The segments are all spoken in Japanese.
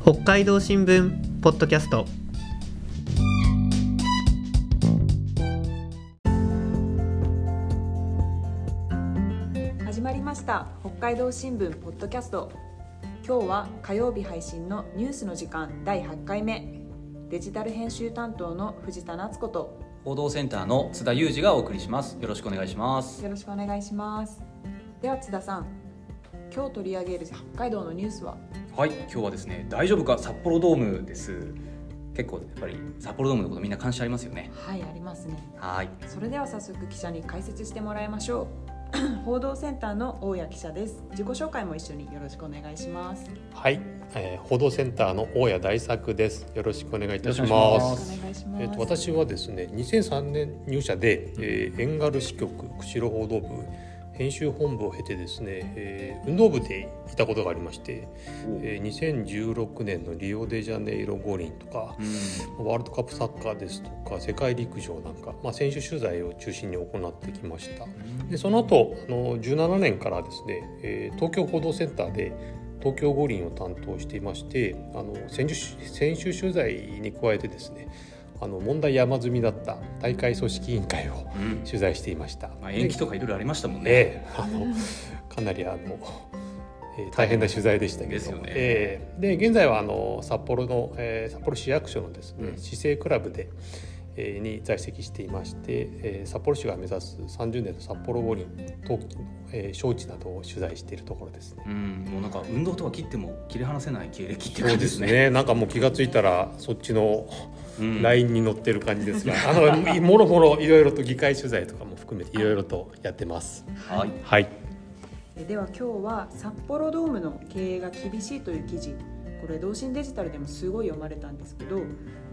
北海道新聞ポッドキャスト。 始まりました北海道新聞ポッドキャスト。今日は火曜日配信のニュースの時間第8回目。デジタル編集担当の藤田夏子と報道センターの津田裕二がお送りします。よろしくお願いします。 よろしくお願いします。では津田さん、今日取り上げる北海道のニュースは？ はい、今日はですね、大丈夫か札幌ドームです。結構やっぱり札幌ドームのことみんな関心ありますよね。 はい、ありますね。 はい、 それでは早速記者に解説してもらいましょう報道センターの大谷記者です。自己紹介も一緒によろしくお願いします。 はい、報道センターの大谷大作です。よろしくお願いいたします。 よろしくお願いします。 私はですね、2003年入社で、遠軽支局釧路報道部編集本部を経てですね、運動部でいたことがありまして、2016年のリオデジャネイロ五輪とか、ワールドカップサッカーですとか世界陸上なんか、選手取材を中心に行ってきました。でその後17年からですね、東京報道センターで東京五輪を担当していまして、選手取材に加えてですね、問題山積みだった大会組織委員会を取材していました。 延期とかいろいろありましたもんね。 かなり大変な取材でしたけど、 ですよね。 で現在は札幌市役所のですね、市政クラブでに在籍していまして、札幌市が目指す30年の札幌五輪冬季の招致などを取材しているところですね。 もうなんか運動とは切っても切り離せない経歴って感じですね。 そうですね。なんかもう気がついたらそっちのラインに乗ってる感じですが、もろもろいろいろと議会取材とかも含めていろいろとやってます。 はい、 はい。 では今日は札幌ドームの経営が厳しいという記事、これ同心デジタルでもすごい読まれたんですけど、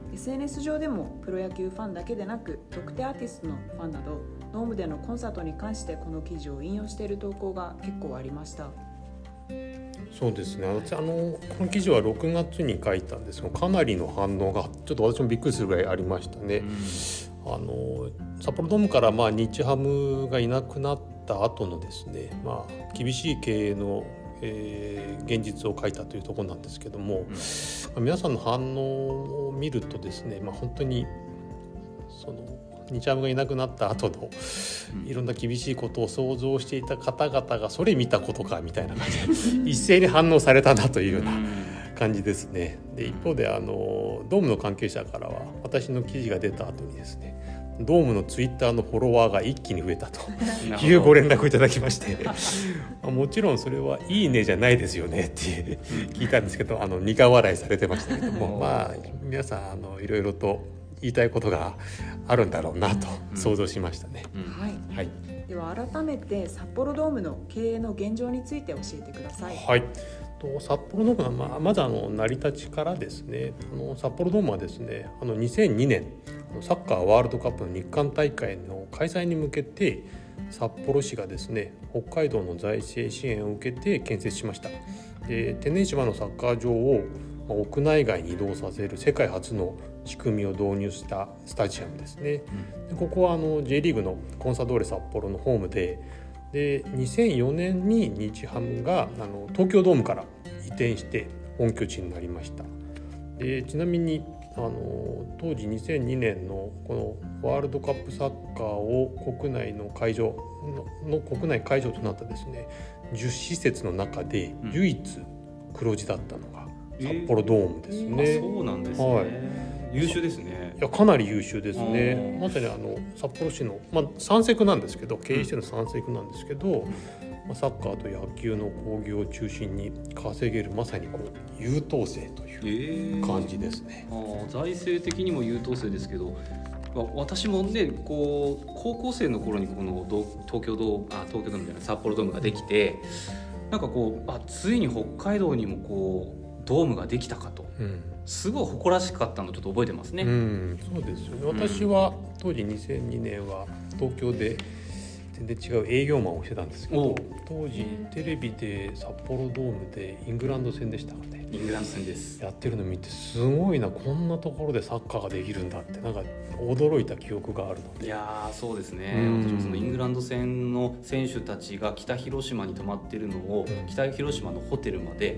SNS 上でもプロ野球ファンだけでなく特定アーティストのファンなどドームでのコンサートに関してこの記事を引用している投稿が結構ありました。 そうですね。この記事は6月に書いたんですが、かなりの反応がちょっと私もびっくりするぐらいありましたね。札幌ドームから日ハムがいなくなった後のですね、厳しい経営の現実を書いたというところなんですけども、皆さんの反応を見るとですね、本当にその日ハムがいなくなった後のいろんな厳しいことを想像していた方々がそれ見たことかみたいな感じで一斉に反応されたなというような感じですね。で一方でドームの関係者からは私の記事が出た後にですね、ドームのツイッターのフォロワーが一気に増えたというご連絡をいただきましてもちろんそれはいいねじゃないですよねって聞いたんですけど、苦笑いされてましたけども、皆さんいろいろと言いたいことがあるんだろうなと想像しましたね。 はい、では改めて札幌ドームの経営の現状について教えてください。 はい、札幌ドームはまず成り立ちからですね、札幌ドームはですね、2002年サッカーワールドカップの日韓大会の開催に向けて札幌市がですね、北海道の財政支援を受けて建設しました。で天然芝のサッカー場を屋内外に移動させる世界初の仕組みを導入したスタジアムですね。でここはJ リーグのコンサドーレ札幌のホームで、2004年に日ハムが東京ドームから移転して本拠地になりました。でちなみに当時2002年のこのワールドカップサッカーを国内会場となったですね10施設の中で唯一黒字だったのが札幌ドームですね。 そうなんですね。優秀ですね。 いやかなり優秀ですね。まさに札幌市の、三セクなんですけど、経営してるの三セクなんですけど、サッカーと野球の興行を中心に稼げるまさに優等生という感じですね。 財政的にも優等生ですけど、私もね高校生の頃にこの東京ドームじゃない札幌ドームができて、なんかついに北海道にもドームができたかと、すごい誇らしかったのをちょっと覚えてますね。 そうですよね。私は当時2002年は東京で全然違う営業マンをしてたんですけど、当時テレビで札幌ドームでイングランド戦でしたかね。 イングランド戦です。 やってるの見てすごいな、こんなところでサッカーができるんだってなんか驚いた記憶があるので。 いやそうですね。私もそのイングランド戦の選手たちが北広島に泊まってるのを、北広島のホテルまで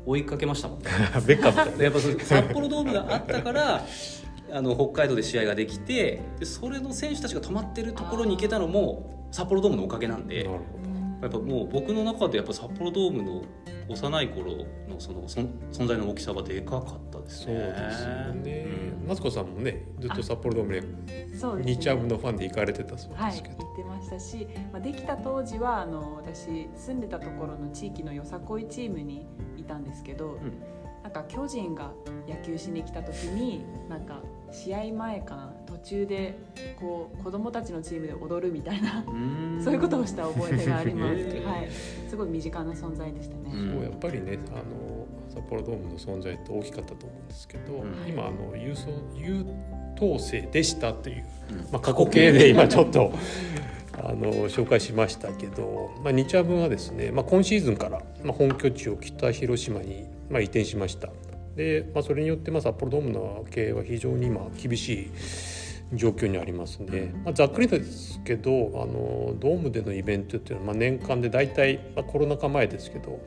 追いかけましたもんねベッカムみたいなやっぱ札幌ドームがあったから北海道で試合ができて、でそれの選手たちが泊まってるところに行けたのも札幌ドームのおかげなんで、 なるほやっぱもう僕の中でやっぱ札幌ドームの幼い頃の存在の大きさはでかかったですど。そうね。 ですよね、 うんマツコさんもねずっと札幌ドームでそうですね日ハムのファンで行かれてたそうはい、 ですけど、 行ってましたし、できた当時は私住んでたところの地域のよさこいチームにいたんですけど、なんか巨人が野球しに来た時になんか試合前かな途中でこう子供たちのチームで踊るみたいなそういうことをした覚えがあります、はい、すごい身近な存在でしたね、 そうやっぱりね札幌ドームの存在って大きかったと思うんですけど、今優等生でしたっていう、過去形で今ちょっと紹介しましたけど、日ハムはですね、今シーズンから、本拠地を北広島に、移転しました。で、それによって、札幌ドームの経営は非常に今厳しい状況にありますね。ざっくりですけどドームでのイベントっていうのは、年間で大体、コロナ禍前ですけど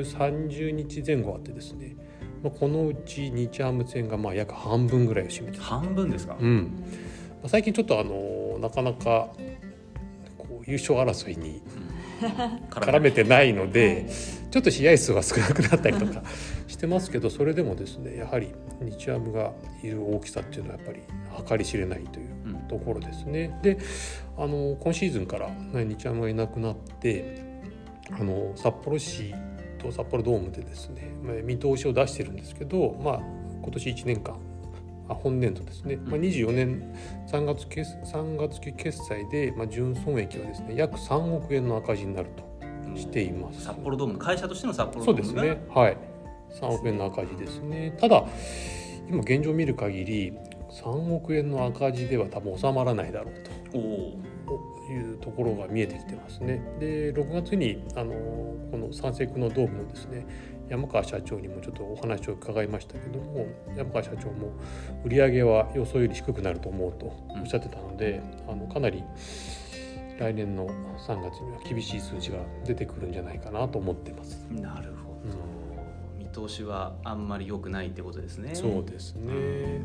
130日前後あってですね、このうち日ハム戦が約半分ぐらいを占めている。 半分ですか？ 最近ちょっとなかなか優勝争いに絡めてないので、ちょっと試合数が少なくなったりとかしてますけど、それでもですねやはり日ハムがいる大きさっていうのはやっぱり計り知れないというところですね。で今シーズンから日ハムがいなくなって札幌市と札幌ドームでですね見通しを出してるんですけど、今年1年間本年度ですね、24年3月期決済で、純損益はですね約3億円の赤字になるとしています。 札幌ドーム会社としての札幌ドームがそうですね、はい、3億円の赤字ですね。ただ今現状を見る限り3億円の赤字では多分収まらないだろうというところが見えてきてますね。で6月にこの三成区のドームのですね山川社長にもちょっとお話を伺いましたけども、山川社長も売り上げは予想より低くなると思うとおっしゃってたので、かなり来年の3月には厳しい数字が出てくるんじゃないかなと思ってます。 なるほど、見通しはあんまり良くないってことですね。 そうですね、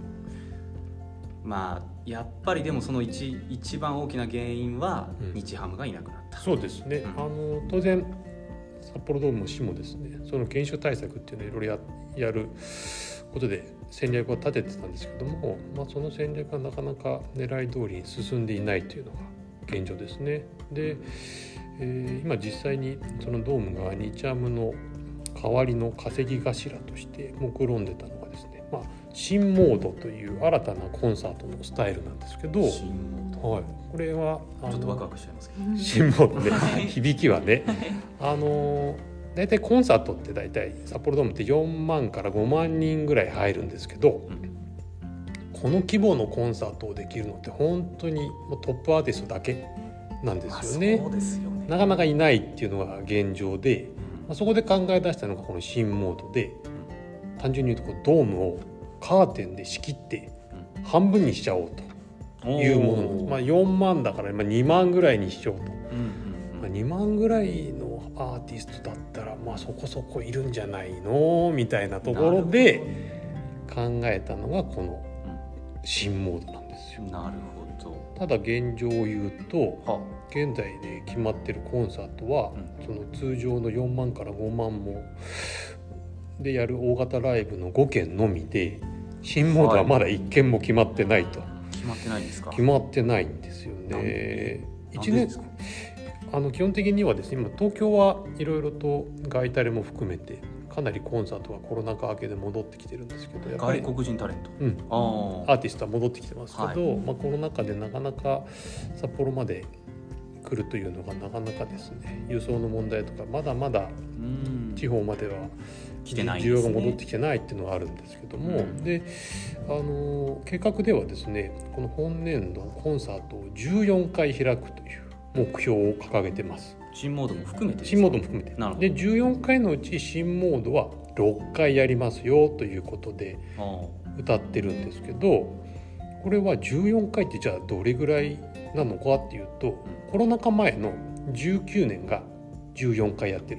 やっぱりでもその一番大きな原因は日ハムがいなくなった、 そうですね、当然札幌ドームも市もですねその減少対策っていうのをいろいろやることで戦略を立ててたんですけども、その戦略がなかなか狙い通りに進んでいないというのが現状ですね。で、今実際にそのドームが日ハムの代わりの稼ぎ頭として目論んでたのがですね、新モードという新たなコンサートのスタイルなんですけど、 新モード、 はい、これはちょっとワクワクしちゃいますけど、 新モードで響きはねだいたいコンサートってだいたい札幌ドームって4万から5万人ぐらい入るんですけど、この規模のコンサートをできるのって本当にトップアーティストだけなんですよね。 そうですよね。 なかなかいないっていうのが現状で、そこで考え出したのがこの新モードで、単純に言うとドームをカーテンで仕切って半分にしちゃおうというものなんです。4万だから2万ぐらいにしようと、2万ぐらいのアーティストだったらそこそこいるんじゃないのみたいなところで考えたのがこの新モードなんですよ。 なるほど。 ただ現状を言うと、現在で決まってるコンサートは、その通常の4万から5万もでやる大型ライブの5件のみで、新モードはまだ1件も決まってないと。 決まってないんですか？ 決まってないんですよね。1年基本的にはですね、今東京はいろいろと外タレも含めてかなりコンサートはコロナ禍明けで戻ってきてるんですけど、やっぱり外国人タレント、 アーティストは戻ってきてますけど、コロナ禍でなかなか札幌まで来るというのがなかなかですね、輸送の問題とかまだまだ地方までは需要が戻ってきてないっていうのがあるんですけども、で計画ではですね、この本年度コンサートを14回開くという目標を掲げてます。 新モードも含めてですか？ 新モードも含めて。 なるほど。 で14回のうち新モードは6回やりますよということで歌ってるんですけど、これは14回ってじゃあどれぐらいなのかっていうと、コロナ禍前の19年が14回やってるんですよ。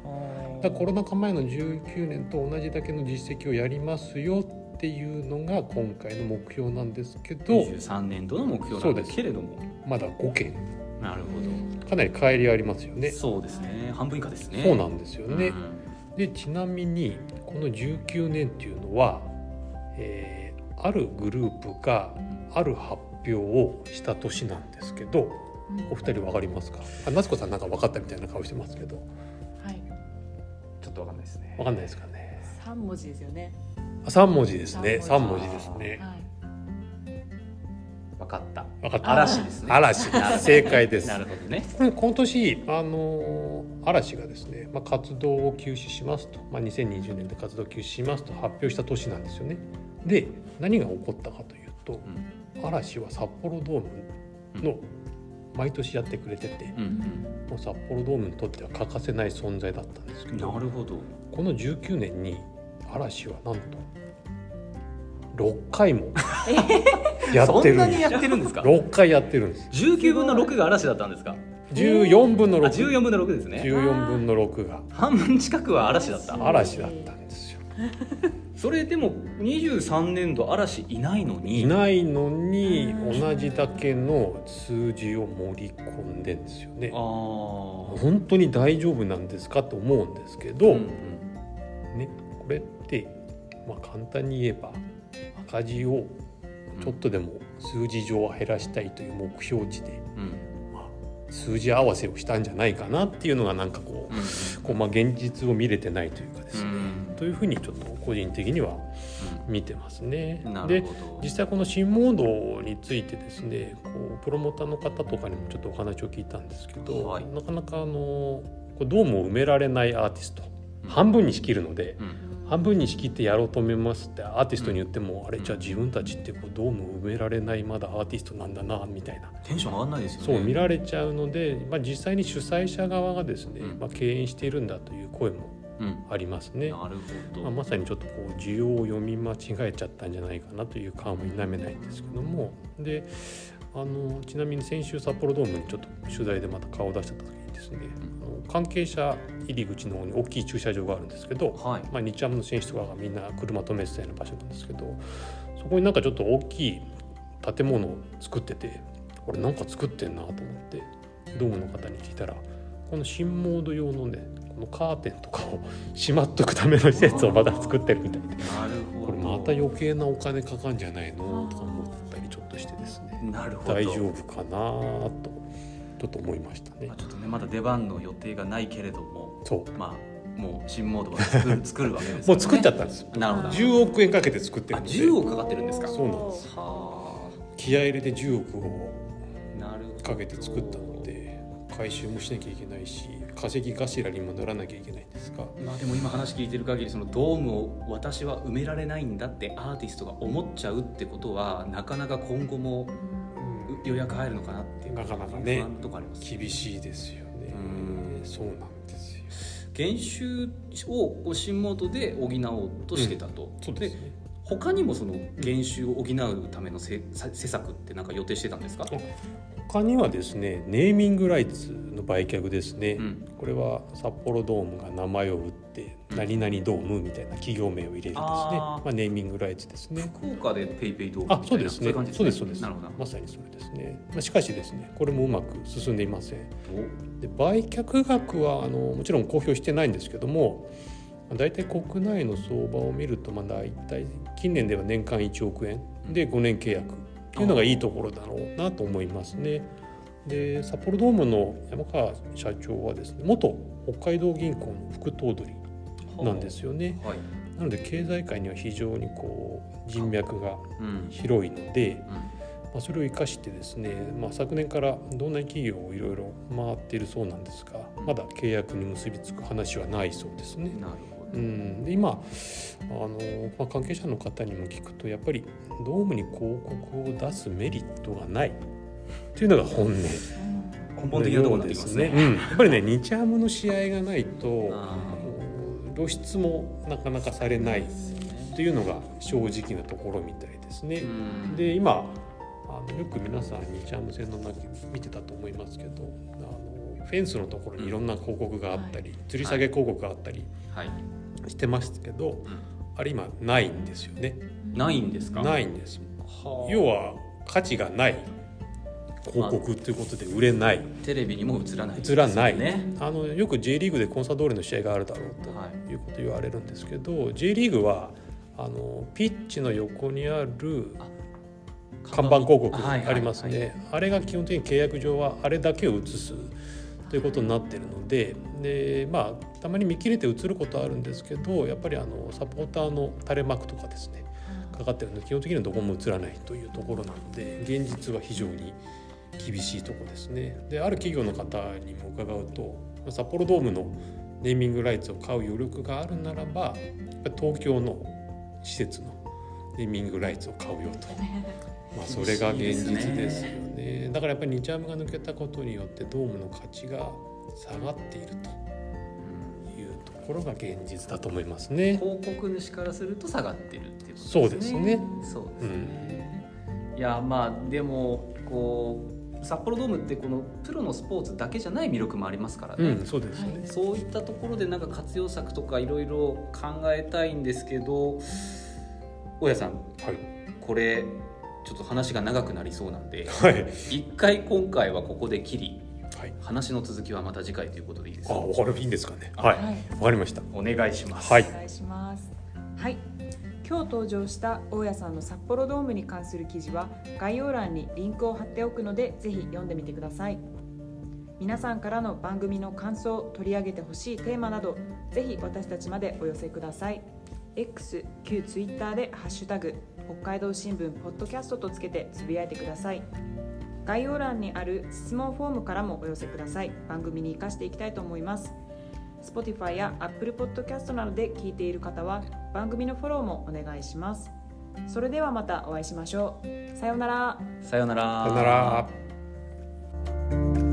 だからコロナ禍前の19年と同じだけの実績をやりますよっていうのが今回の目標なんですけど、 23年度の目標なんですけれども、 まだ5件、 なるほど、 かなり乖離ありますよね。 そうですね、半分以下ですね。 そうなんですよね、でちなみにこの19年っていうのは、あるグループがある発表をした年なんですけど、お二人分かりますか？夏子さんなんか分かったみたいな顔してますけど。 はい、 ちょっとわかんないですね。 分かんないですかね。 3文字ですよね。 3文字ですね。3 3 文字ですね。 はい、 分かった。 分かった嵐ですね。 嵐正解です。 なるほどね。 今年嵐がですね、活動を休止しますと、2020年で活動休止しますと発表した年なんですよね。で何が起こったかというと、嵐は札幌ドームの毎年やってくれてて、もう札幌ドームにとっては欠かせない存在だったんですけど、 なるほど。 この19年に嵐はなんと6回もやってるんです。 そんなにやってるんですか 6回やってるんです。 19分の6が嵐だったんですか。 14分の6、 14分の6ですね。 14分の6が半分近くは嵐だった。 嵐だったんですよ。 それでも23年度嵐いないのにいないのに同じだけの数字を盛り込んでんですよね。本当に大丈夫なんですかと思うんですけど、ね、これって、簡単に言えば赤字をちょっとでも数字上は減らしたいという目標値で、数字合わせをしたんじゃないかなっていうのがなんか現実を見れてないというかですね、というふうにちょっと個人的には見てますね。で実際この新モードについてですね、プロモーターの方とかにもちょっとお話を聞いたんですけど、なかなかドームを埋められないアーティスト、半分に仕切るので、半分に仕切ってやろうと思いますってアーティストに言っても、あれじゃあ自分たちってドームを埋められないまだアーティストなんだなみたいなテンション上がらないですよね。 そう見られちゃうので、実際に主催者側がですね、敬遠しているんだという声もありますね。 なるほど。 まさにちょっと需要を読み間違えちゃったんじゃないかなという感も否めないんですけども、でちなみに先週札幌ドームにちょっと取材でまた顔を出した時にですね、関係者入り口の方に大きい駐車場があるんですけど、日ハムの選手とかがみんな車止めてたような場所なんですけど、そこになんかちょっと大きい建物を作ってて、これなんか作ってんなと思ってドームの方に聞いたら、この新モード用のね、このカーテンとかをしまっとくための施設をまだ作ってるみたいで、これまた余計なお金かかるんじゃないのとか思ったりちょっとしてですね、大丈夫かなとちょっと思いましたね。 ちょっとね、まだ出番の予定がないけれども、もう新モードは作るわけですよね。 もう作っちゃったんですよ。 なるほど。 10億円かけて作ってるんで。 10億かかってるんですか。 そうなんです。気合い入れて10億をかけて作ったので、回収もしなきゃいけないし、稼ぎ頭にもならなきゃいけないんですが、 でも今話聞いてる限り、そのドームを私は埋められないんだってアーティストが思っちゃうってことは、なかなか今後も予約入るのかなっていう、 なかなかねとかあります。 厳しいですよね。そうなんですよ。 減収を新モードで補おうとしてたと。 そうですね。 他にもその減収を補うための施策って何か予定してたんですか。 他にはですね、ネーミングライツの売却ですね、これは札幌ドームが名前を売って何々ドームみたいな企業名を入れるですね、ネーミングライツですね。 福岡でペイペイドームみたいな、 そうですね。そうですそうです。 なるほど。 まさにそれですね。しかしですね、これもうまく進んでいません。で売却額はもちろん公表してないんですけども、だいたい国内の相場を見ると、だいたい近年では年間1億円で5年契約っていうのがいいところだろうなと思いますね。で札幌ドームの山川社長はですね、元北海道銀行の副頭取なんですよね。なので経済界には非常に人脈が広いので、それを生かしてですね、昨年から道内企業をいろいろ回っているそうなんですが、まだ契約に結びつく話はないそうですね。 なるほど。 で今関係者の方にも聞くと、やっぱりドームに広告を出すメリットがないっていうのが本音。 根本的なところですね。 やっぱりね、日ハムの試合がないと露出もなかなかされないっていうのが正直なところみたいですね。で今よく皆さん日ハム戦の中見てたと思いますけど、 フェンスのところにいろんな広告があったり、吊り下げ広告があったりしてましたけど、あれ今ないんですよね。 ないんですか？ ないんです。要は価値がない広告ということで売れない、 テレビにも映らないです映らない、 ね。 よく J リーグでコンサドーレの試合があるだろうということ言われるんですけど、J リーグはピッチの横にある看板広告ありますね。あれが基本的に契約上はあれだけを映すということになっているので、たまに見切れて映ることはあるんですけど、やっぱりサポーターの垂れ幕とかですねかかってるので、基本的にはどこも映らないというところなので、現実は非常に厳しいところですね。で、ある企業の方にも伺うと、札幌ドームのネーミングライツを買う余力があるならば、やっぱり東京の施設のネーミングライツを買うよとそれが現実ですよね。だからやっぱり日ハムが抜けたことによってドームの価値が下がっているというところが現実だと思いますね。 広告主からすると下がってるっていうことですね。 そうですね。 そうですね。いやでも札幌ドームってこのプロのスポーツだけじゃない魅力もありますからね。 そうですね。 そういったところで活用策とかいろいろ考えたいんですけど、大家さん、これちょっと話が長くなりそうなんで、一回今回はここで切り、話の続きはまた次回ということでいいですか？ いいんですかね。わかりました。 お願いします。 お願いします。今日登場した大家さんの札幌ドームに関する記事は概要欄にリンクを貼っておくので、ぜひ読んでみてください。皆さんからの番組の感想、取り上げてほしいテーマなど、ぜひ私たちまでお寄せください。X、旧 Twitter でハッシュタグ北海道新聞ポッドキャストとつけてつぶやいてください。概要欄にある質問フォームからもお寄せください。番組に生かしていきたいと思います。Spotify や Apple Podcast などで聞いている方は番組のフォローもお願いします。それではまたお会いしましょう。さようなら。 さようなら。 さようなら。